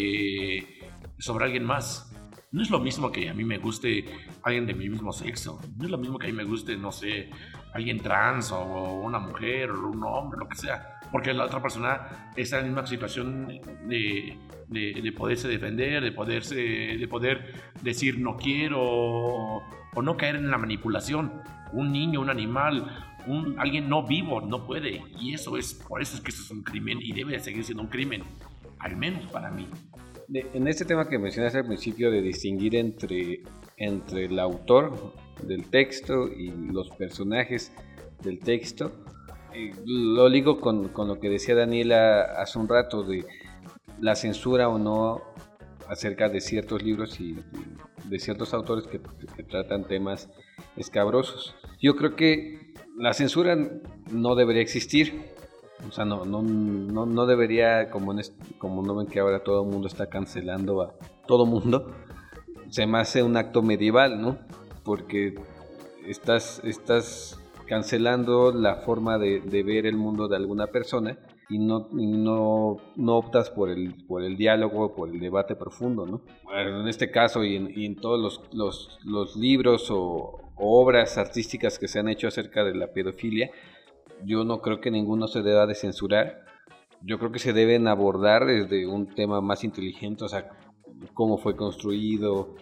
de, sobre alguien más. No es lo mismo que a mí me guste alguien de mi mismo sexo. No es lo mismo que a mí me guste, no sé, alguien trans o una mujer o un hombre, lo que sea. Porque la otra persona está en la misma situación de, de, de poderse defender, de, poderse, de poder decir no quiero o, o no caer en la manipulación. Un niño, un animal, un, alguien no vivo no puede. Y eso es, por eso es que eso es un crimen y debe de seguir siendo un crimen, al menos para mí. De, en este tema que mencionaste al principio de distinguir entre, entre el autor del texto y los personajes del texto, eh, lo ligo con, con lo que decía Daniela hace un rato de la censura o no acerca de ciertos libros y de ciertos autores que, que tratan temas escabrosos. Yo creo que la censura no debería existir. O sea, no, no, no, no debería, como, en este, como no ven que ahora todo el mundo está cancelando a todo mundo, se me hace un acto medieval, ¿no? Porque estás, estás cancelando la forma de, de ver el mundo de alguna persona y no, y no, no optas por el, por el diálogo, por el debate profundo, ¿no? Bueno, en este caso y en, y en todos los, los, los libros o, o obras artísticas que se han hecho acerca de la pedofilia, yo no creo que ninguno se deba de censurar. Yo creo que se deben abordar desde un tema más inteligente, o sea, cómo fue construido,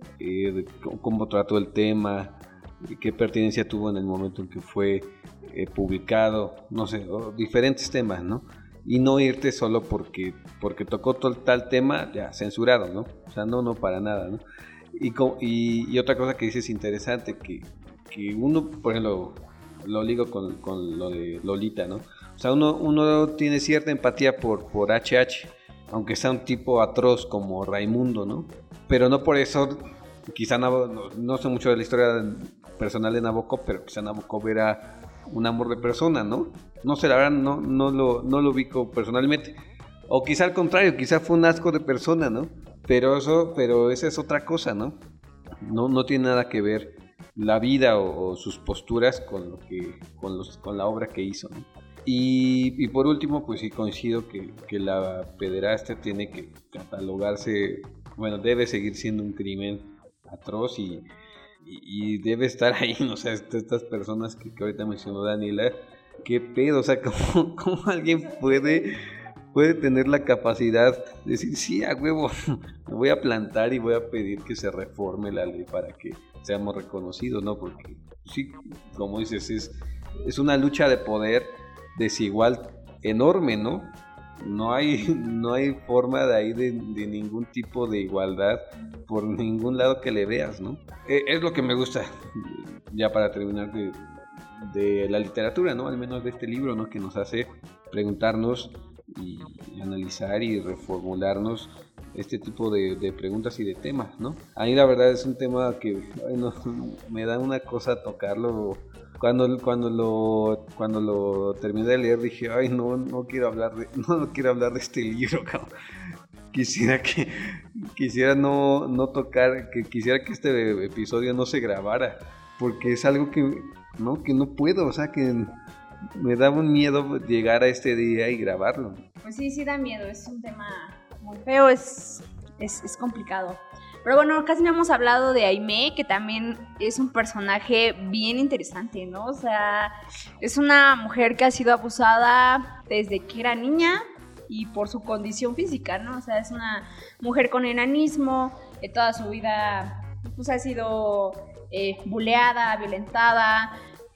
eh, cómo trató el tema, qué pertinencia tuvo en el momento en que fue eh, publicado, no sé, diferentes temas, ¿no? Y no irte solo porque, porque tocó todo, tal tema, ya, censurado, ¿no? O sea, no, no, para nada, ¿no? Y, y, y otra cosa que dices interesante, que, que uno, por ejemplo, lo ligo con, con lo de Lolita, ¿no? O sea, uno, uno tiene cierta empatía por, por H H, aunque sea un tipo atroz como Raimundo, ¿no? Pero no por eso, quizá no, no, no sé mucho de la historia personal de Nabokov, pero quizá Nabokov era un amor de persona, ¿no? No sé, la verdad no, no, lo, no lo ubico personalmente. O quizá al contrario, quizá fue un asco de persona, ¿no? Pero eso, pero esa es otra cosa, ¿no? No, no tiene nada que ver la vida o, o sus posturas con lo que con, los, con la obra que hizo, ¿no? Y, y por último, pues sí coincido que, que la pederastia tiene que catalogarse, bueno, debe seguir siendo un crimen atroz y, y, y debe estar ahí, ¿no? O sea, estas personas que, que ahorita mencionó Daniela, ¿qué pedo? O sea, ¿cómo, cómo alguien puede, puede tener la capacidad de decir, sí, a huevo, me voy a plantar y voy a pedir que se reforme la ley para que seamos reconocidos, ¿no? Porque, sí, como dices, es, es una lucha de poder desigual enorme, ¿no? No hay, no hay forma de ahí de, de ningún tipo de igualdad por ningún lado que le veas, ¿no? Es lo que me gusta, ya para terminar, de, de la literatura, ¿no? Al menos de este libro, ¿no? Que nos hace preguntarnos y analizar y reformularnos este tipo de, de preguntas y de temas, ¿no? A mí la verdad es un tema que ay, no, me da una cosa tocarlo. Cuando, cuando lo cuando lo terminé de leer dije, ay no, no quiero hablar de, no, no quiero hablar de este libro, cabrón. Quisiera que quisiera no, no tocar, que quisiera que este episodio no se grabara, porque es algo que no, que no puedo, o sea que me da un miedo llegar a este día y grabarlo. Pues sí, sí da miedo, es un tema muy feo, es, es, es complicado. Pero bueno, casi no hemos hablado de Aimee, que también es un personaje bien interesante, ¿no? O sea, es una mujer que ha sido abusada desde que era niña y por su condición física, ¿no? O sea, es una mujer con enanismo, que toda su vida pues, ha sido eh, buleada, violentada,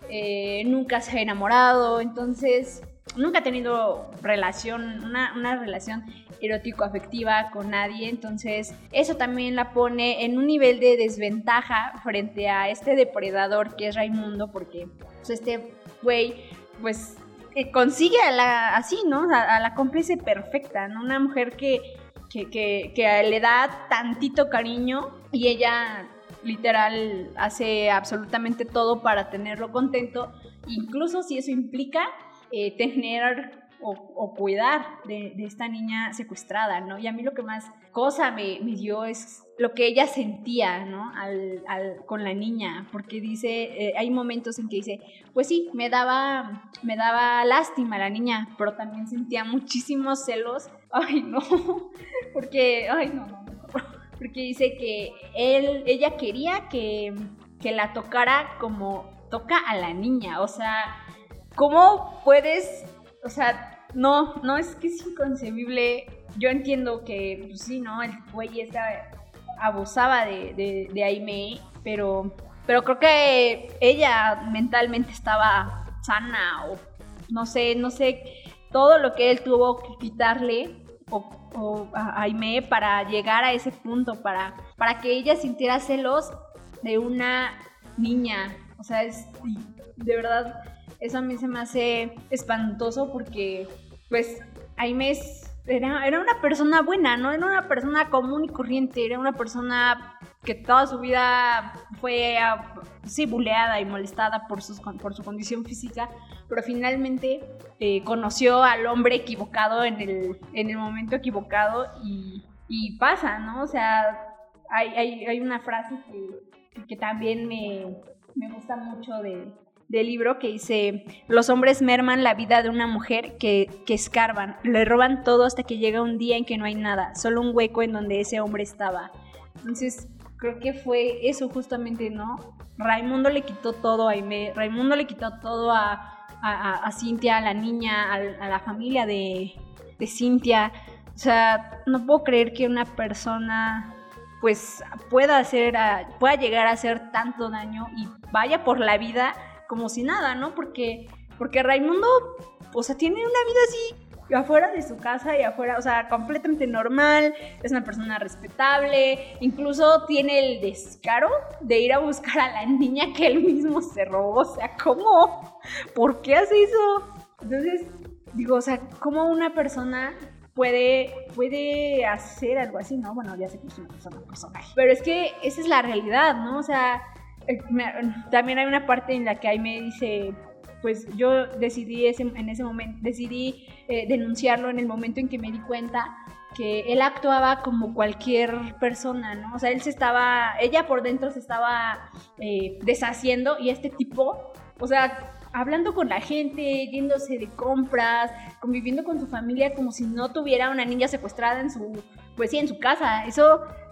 eh, nunca se ha enamorado, entonces nunca ha tenido relación, una, una relación erótico-afectiva con nadie, entonces eso también la pone en un nivel de desventaja frente a este depredador que es Raimundo, porque pues, este güey pues eh, consigue a la, así, ¿no? A, a la cómplice perfecta, ¿no? Una mujer que, que, que, que le da tantito cariño y ella literal hace absolutamente todo para tenerlo contento, incluso si eso implica eh, tener O, o cuidar de, de esta niña secuestrada, ¿no? Y a mí lo que más cosa me, me dio es lo que ella sentía, ¿no? Al, al, con la niña, porque dice, eh, hay momentos en que dice, pues sí, me daba, me daba lástima la niña, pero también sentía muchísimos celos, ay no, porque, ay no, no, no, porque dice que él, ella quería que, que la tocara como toca a la niña, o sea, ¿cómo puedes...? O sea, no, no es que es inconcebible. Yo entiendo que, pues sí, ¿no? El güey esta abusaba de, de, de Aimee, pero, pero creo que ella mentalmente estaba sana o no sé, no sé, todo lo que él tuvo que quitarle o, o a Aimee para llegar a ese punto, para, para que ella sintiera celos de una niña. O sea, es de verdad... Eso a mí se me hace espantoso porque, pues, Aimee era, era una persona buena, ¿no? Era una persona común y corriente, era una persona que toda su vida fue, sí, buleada y molestada por, sus, por su condición física, pero finalmente eh, conoció al hombre equivocado en el, en el momento equivocado y, y pasa, ¿no? O sea, hay, hay, hay una frase que, que también me, me gusta mucho de... del libro que dice, los hombres merman la vida de una mujer que, que escarban, le roban todo hasta que llega un día en que no hay nada, solo un hueco en donde ese hombre estaba. Entonces creo que fue eso justamente, ¿no? Raimundo le quitó todo a Aimee, Raimundo le quitó todo a, a, a Cintia, a la niña, a, a la familia de, de Cintia. O sea, no puedo creer que una persona pues pueda hacer, a, pueda llegar a hacer tanto daño y vaya por la vida como si nada, ¿no? Porque, porque Raimundo, o sea, tiene una vida así, afuera de su casa y afuera, o sea, completamente normal, es una persona respetable, incluso tiene el descaro de ir a buscar a la niña que él mismo se robó, o sea, ¿cómo? ¿Por qué hace eso? Entonces, digo, o sea, ¿cómo una persona puede, puede hacer algo así, no? Bueno, ya sé que es una persona, un personaje, pero es que esa es la realidad, ¿no? O sea, también hay una parte en la que Aimee dice, pues yo decidí ese, en ese momento, decidí eh, denunciarlo en el momento en que me di cuenta que él actuaba como cualquier persona, ¿no? O sea, él se estaba, ella por dentro se estaba eh, deshaciendo y este tipo, o sea, hablando con la gente, yéndose de compras, conviviendo con su familia como si no tuviera una niña secuestrada en su, pues sí, en su casa. Eso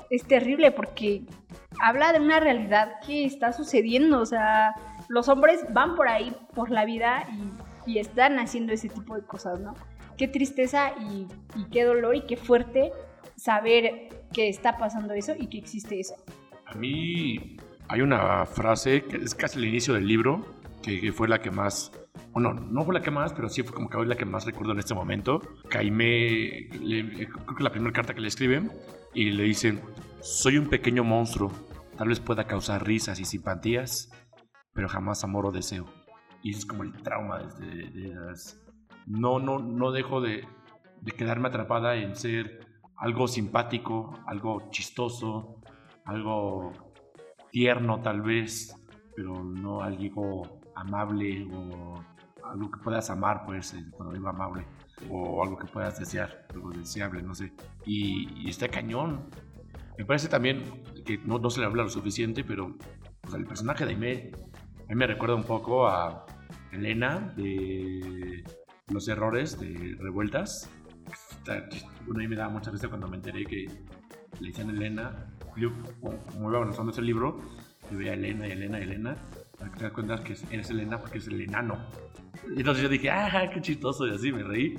es terrible porque habla de una realidad que está sucediendo, o sea, los hombres van por ahí, por la vida y, y están haciendo ese tipo de cosas, ¿no? Qué tristeza y, y qué dolor y qué fuerte saber que está pasando eso y que existe eso. A mí hay una frase que es casi el inicio del libro, que, que fue la que más, bueno, no fue la que más, pero sí fue como que hoy la que más recuerdo en este momento. Jaime, le, creo que es la primera carta que le escriben y le dicen: soy un pequeño monstruo, tal vez pueda causar risas y simpatías, pero jamás amor o deseo. Y eso es como el trauma de, de, de las... No, no, no dejo de, de quedarme atrapada en ser algo simpático, algo chistoso, algo tierno tal vez, pero no algo amable o algo que puedas amar, pues, cuando digo amable, o algo que puedas desear, algo deseable, no sé. Y, y está cañón. Me parece también que no, no se le habla lo suficiente, pero o sea, el personaje de Aimee a mí me recuerda un poco a Elena de Los Errores de Revueltas. Bueno, a mí me daba mucha risa cuando me enteré que le decían Elena. Yo, como iba avanzando ese libro, yo veía a Elena y Elena y Elena. Para que te das cuenta que eres Elena porque es el enano. Y entonces yo dije, ¡ah, qué chistoso! Y así me reí.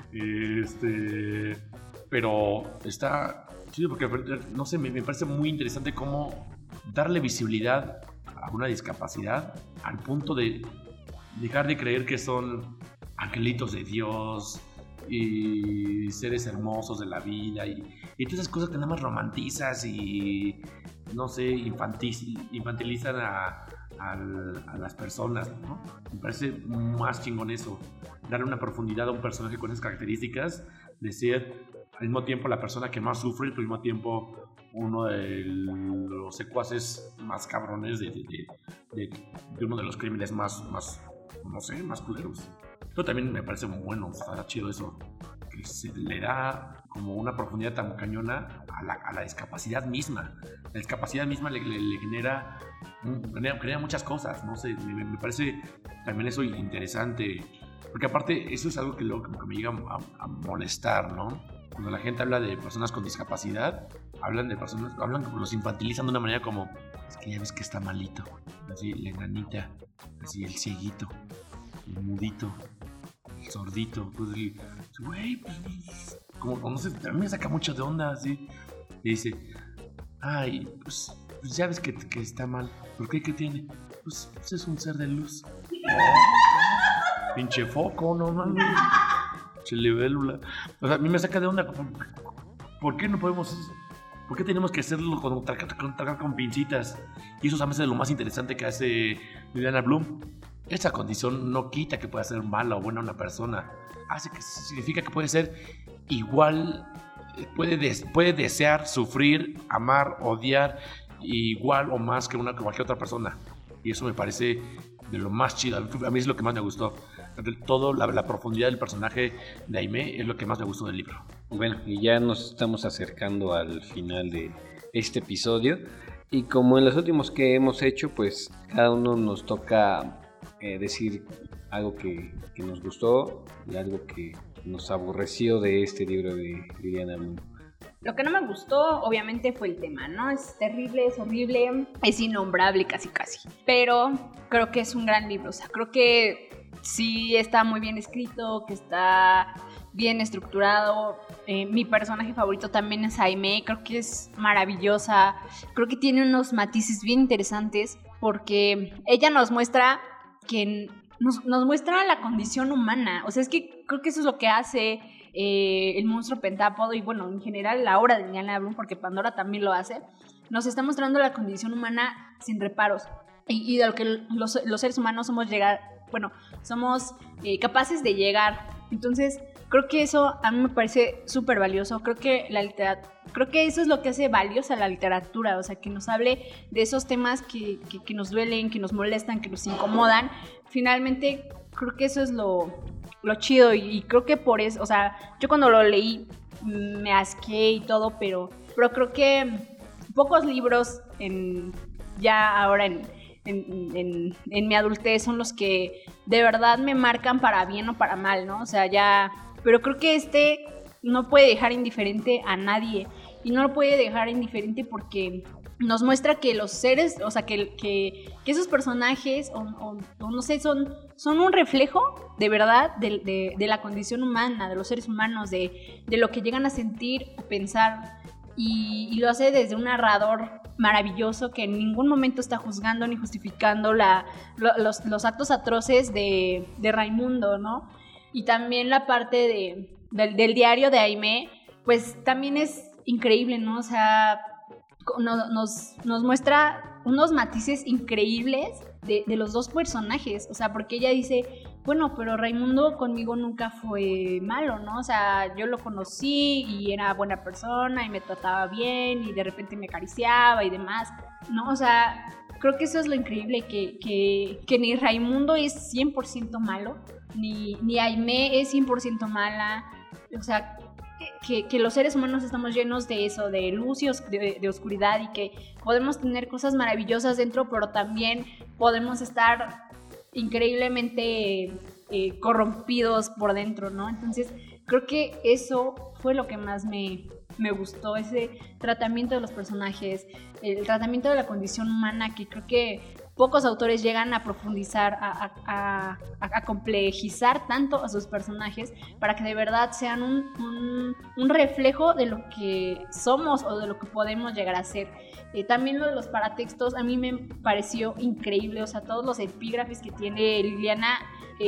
Este, pero está chido porque, no sé, me, me parece muy interesante cómo darle visibilidad a una discapacidad al punto de dejar de creer que son angelitos de Dios y seres hermosos de la vida y, y todas esas cosas que nada más romantizas y no sé, infantiz, infantilizan a, a, a las personas, ¿no? Me parece más chingón eso, darle una profundidad a un personaje con esas características, de ser al mismo tiempo la persona que más sufre y al mismo tiempo uno de los secuaces más cabrones de, de, de, de, de uno de los crímenes más, más, no sé, más culeros. Pero también me parece muy bueno, está chido eso, que se le da como una profundidad tan cañona a la, a la discapacidad misma. La discapacidad misma le, le, le genera, genera, genera muchas cosas, no sé, me, me parece también eso interesante, porque aparte eso es algo que, lo, que me llega a, a molestar, ¿no? Cuando la gente habla de personas con discapacidad, hablan de personas, hablan como los infantilizan de una manera como, es que ya ves que está malito, así la enanita, así el cieguito, el mudito, el sordito, pues el, güey, pues, como, como no sé, a mí me saca mucho de onda, así, y dice, ay, pues, pues ya ves que, que está mal, ¿por qué? ¿Qué tiene? Pues, pues es un ser de luz. Pinche foco, no mames. Pinche libélula. O sea, a mí me saca de onda. ¿Por qué no podemos? ¿Por qué tenemos que hacerlo con tragar con, con, con pincitas? Y eso es lo más interesante que hace Liliana Bloom. Esa condición no quita que pueda ser mala o buena una persona. Hace que significa que puede ser igual, puede, des, puede desear, sufrir, amar, odiar igual o más que una que cualquier otra persona. Y eso me parece de lo más chido. A mí es lo que más me gustó. Todo la, la profundidad del personaje de Aimee es lo que más me gustó del libro. Bueno, y ya nos estamos acercando al final de este episodio. Y como en los últimos que hemos hecho, pues cada uno nos toca eh, decir algo que, que nos gustó y algo que nos aborreció de este libro de Liliana Bloom. Lo que no me gustó, obviamente, fue el tema, ¿no? Es terrible, es horrible, es innombrable casi casi. Pero creo que es un gran libro, o sea, creo que sí está muy bien escrito, que está bien estructurado. Eh, mi personaje favorito también es Aimee, creo que es maravillosa, creo que tiene unos matices bien interesantes porque ella nos muestra que nos, nos muestra la condición humana, o sea, es que creo que eso es lo que hace eh, el monstruo pentápodo y bueno, en general la obra de Liliana Bloom, porque Pandora también lo hace, nos está mostrando la condición humana sin reparos y, y de lo que los, los seres humanos somos llegar bueno, somos eh, capaces de llegar. Entonces, creo que eso a mí me parece súper valioso. Creo que la literatura, creo que eso es lo que hace valiosa la literatura, o sea, que nos hable de esos temas que, que, que nos duelen, que nos molestan, que nos incomodan. Finalmente, creo que eso es lo, lo chido y, y creo que por eso, o sea, yo cuando lo leí me asqué y todo, pero, pero creo que pocos libros en, ya ahora en En, en, en mi adultez son los que de verdad me marcan para bien o para mal, ¿no? O sea, ya... Pero creo que este no puede dejar indiferente a nadie y no lo puede dejar indiferente porque nos muestra que los seres, o sea, que, que, que esos personajes, o, o, o no sé, son, son un reflejo de verdad de, de, de la condición humana, de los seres humanos, de, de lo que llegan a sentir o pensar, y, y lo hace desde un narrador maravilloso que en ningún momento está juzgando ni justificando la, lo, los, los actos atroces de, de Raimundo, ¿no? Y también la parte de, del, del diario de Aimé, pues también es increíble, ¿no? O sea, no, nos, nos muestra unos matices increíbles de, de los dos personajes, o sea, porque ella dice, bueno, pero Raimundo conmigo nunca fue malo, ¿no? O sea, yo lo conocí y era buena persona y me trataba bien y de repente me acariciaba y demás, ¿no? O sea, creo que eso es lo increíble, que, que, que ni Raimundo es cien por ciento malo, ni, ni Aimé es cien por ciento mala, o sea, que, que los seres humanos estamos llenos de eso, de luz y os, de, de oscuridad, y que podemos tener cosas maravillosas dentro, pero también podemos estar increíblemente eh, corrompidos por dentro, ¿no? Entonces creo que eso fue lo que más me, me gustó, ese tratamiento de los personajes, el tratamiento de la condición humana, que creo que pocos autores llegan a profundizar, a, a, a, a complejizar tanto a sus personajes para que de verdad sean un, un, un reflejo de lo que somos o de lo que podemos llegar a ser. Eh, también lo de los paratextos a mí me pareció increíble, o sea, todos los epígrafes que tiene Liliana,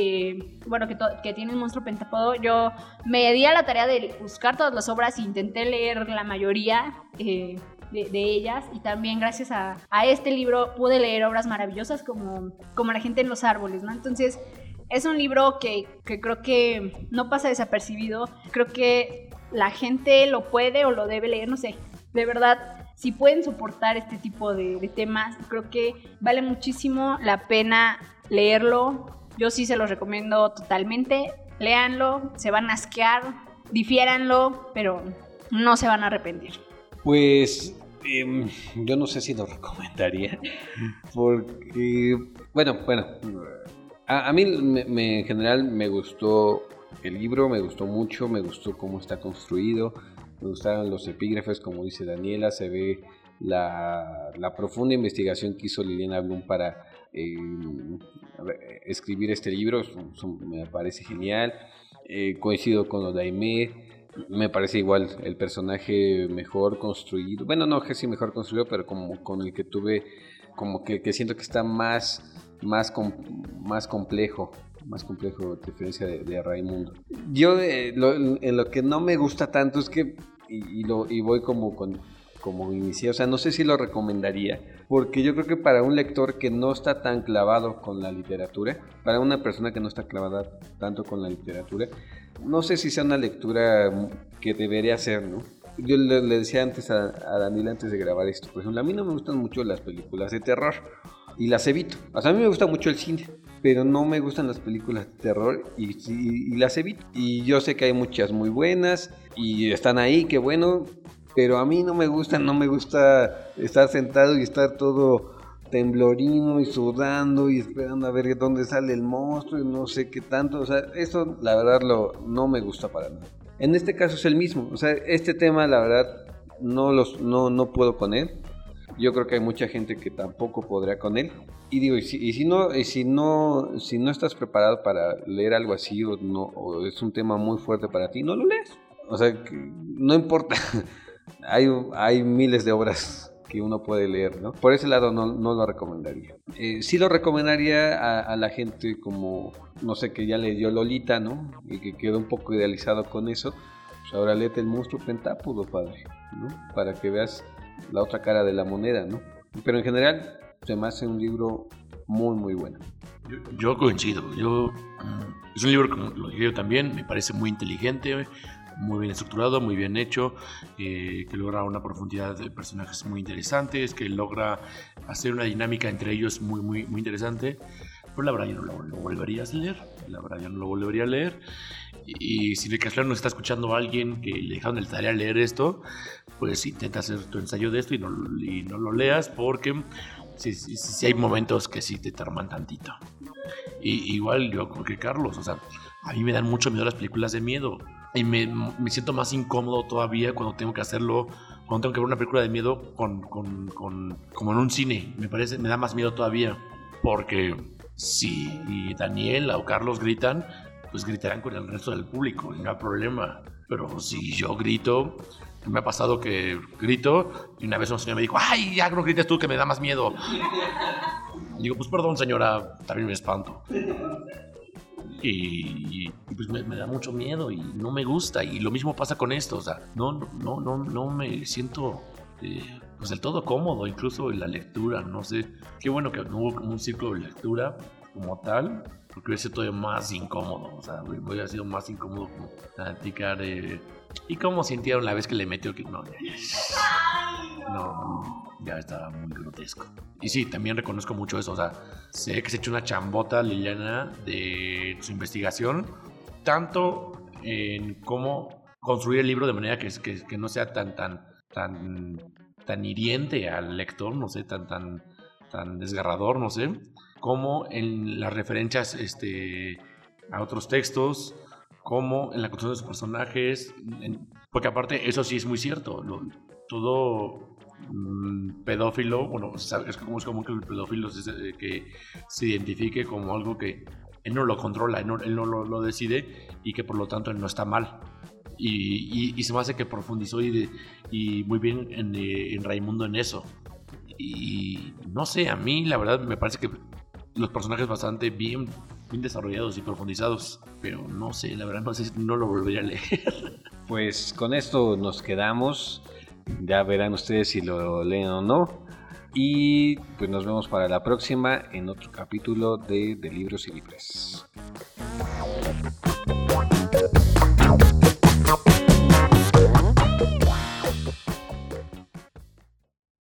eh, bueno, que, to- que tiene el monstruo pentápodo, yo me di a la tarea de buscar todas las obras e intenté leer la mayoría, eh, De, de ellas, y también gracias a, a este libro pude leer obras maravillosas como, como La gente en los árboles, ¿no? Entonces es un libro que, que creo que no pasa desapercibido, creo que la gente lo puede o lo debe leer, no sé, de verdad, si pueden soportar este tipo de, de temas, creo que vale muchísimo la pena leerlo. Yo sí se los recomiendo totalmente, léanlo, se van a asquear, difiéranlo, pero no se van a arrepentir. Pues eh, yo no sé si lo recomendaría, porque, bueno, bueno, a, a mí me, me, en general me gustó el libro, me gustó mucho, me gustó cómo está construido, me gustaron los epígrafes, como dice Daniela, se ve la, la profunda investigación que hizo Liliana Blum para eh, escribir este libro, son, son, me parece genial, eh, coincido con lo de Aimé. Me parece igual el personaje mejor construido, bueno, no que sí mejor construido, pero como con el que tuve, como que, que siento que está más, más, com, más complejo, más complejo a diferencia de, de Raimundo. Yo eh, lo, en lo que no me gusta tanto es que, y, y, lo, y voy como con... como inicié, o sea, no sé si lo recomendaría, porque yo creo que para un lector que no está tan clavado con la literatura, para una persona que no está clavada tanto con la literatura, no sé si sea una lectura que debería hacer, ¿no? Yo le, le decía antes a, a Daniel antes de grabar esto, por ejemplo, a mí no me gustan mucho las películas de terror y las evito. O sea, a mí me gusta mucho el cine, pero no me gustan las películas de terror y, y, y las evito. Y yo sé que hay muchas muy buenas y están ahí, qué bueno, pero a mí no me gusta, no me gusta estar sentado y estar todo temblorino y sudando y esperando a ver dónde sale el monstruo y no sé qué tanto. O sea, eso la verdad lo, no me gusta para nada. En este caso es el mismo. O sea, este tema la verdad no, los, no, no puedo con él. Yo creo que hay mucha gente que tampoco podría con él. Y digo, y si, y si, no, y si, no, si no estás preparado para leer algo así o, no, o es un tema muy fuerte para ti, no lo lees. O sea, no importa. Hay, hay miles de obras que uno puede leer, ¿no? Por ese lado no, no lo recomendaría. Eh, sí lo recomendaría a, a la gente como, no sé, que ya leyó Lolita, ¿no? Y que quedó un poco idealizado con eso. Pues ahora léete El monstruo pentápodo, padre, ¿no? Para que veas la otra cara de la moneda, ¿no? Pero en general se me hace un libro muy, muy bueno. Yo, yo coincido. Yo, es un libro que lo leo también, me parece muy inteligente, muy bien estructurado, muy bien hecho, eh, que logra una profundidad de personajes muy interesantes, que logra hacer una dinámica entre ellos muy, muy, muy interesante. Pero la verdad yo no lo, lo volvería a leer, la verdad yo no lo volvería a leer. Y, y si de casualidad nos está escuchando a alguien que le dejaron de tarea leer esto, pues intenta hacer tu ensayo de esto y no, y no lo leas, porque sí, sí, sí hay momentos que sí te trauman tantito. Y, igual yo como que Carlos, o sea, a mí me dan mucho miedo las películas de miedo. Y me, me siento más incómodo todavía cuando tengo que hacerlo cuando tengo que ver una película de miedo con, con, con, como en un cine. Me parece, me da más miedo todavía. Porque si Daniel o Carlos gritan, pues gritarán con el resto del público, no hay problema. Pero si yo grito, me ha pasado que grito y una vez una señora me dijo, ¡ay, ya no grites tú que me da más miedo! Y digo, pues perdón señora, también me espanto. Y, y pues me, me da mucho miedo y no me gusta. Y lo mismo pasa con esto, o sea, no, no, no, no me siento eh, pues del todo cómodo, incluso en la lectura, no sé. Qué bueno que no hubo como un ciclo de lectura como tal, porque hubiese sido todavía más incómodo, o sea, hubiera sido más incómodo como platicar eh, y cómo sintieron la vez que le metió que no, ya, no, ya estaba muy grotesco. Y sí, también reconozco mucho eso, o sea, sé que se echó una chambota Liliana de su investigación, tanto en cómo construir el libro de manera que, que, que no sea tan, tan, tan, tan hiriente al lector, no sé, tan, tan, tan desgarrador, no sé, como en las referencias este, a otros textos, como en la construcción de los personajes, en, porque aparte eso sí es muy cierto, lo, todo mmm, pedófilo, bueno, es como, es como que el pedófilo se, que se identifique como algo que él no lo controla, él no, él no lo, lo decide y que por lo tanto él no está mal. Y, y, y se me hace que profundizó y, de, y muy bien en, en Raimundo en eso. Y no sé, a mí la verdad me parece que los personajes bastante bien, bien desarrollados y profundizados, pero no sé, la verdad no sé, no lo volvería a leer. Pues con esto nos quedamos, ya verán ustedes si lo leen o no, y pues nos vemos para la próxima en otro capítulo de, de Libros y Libres.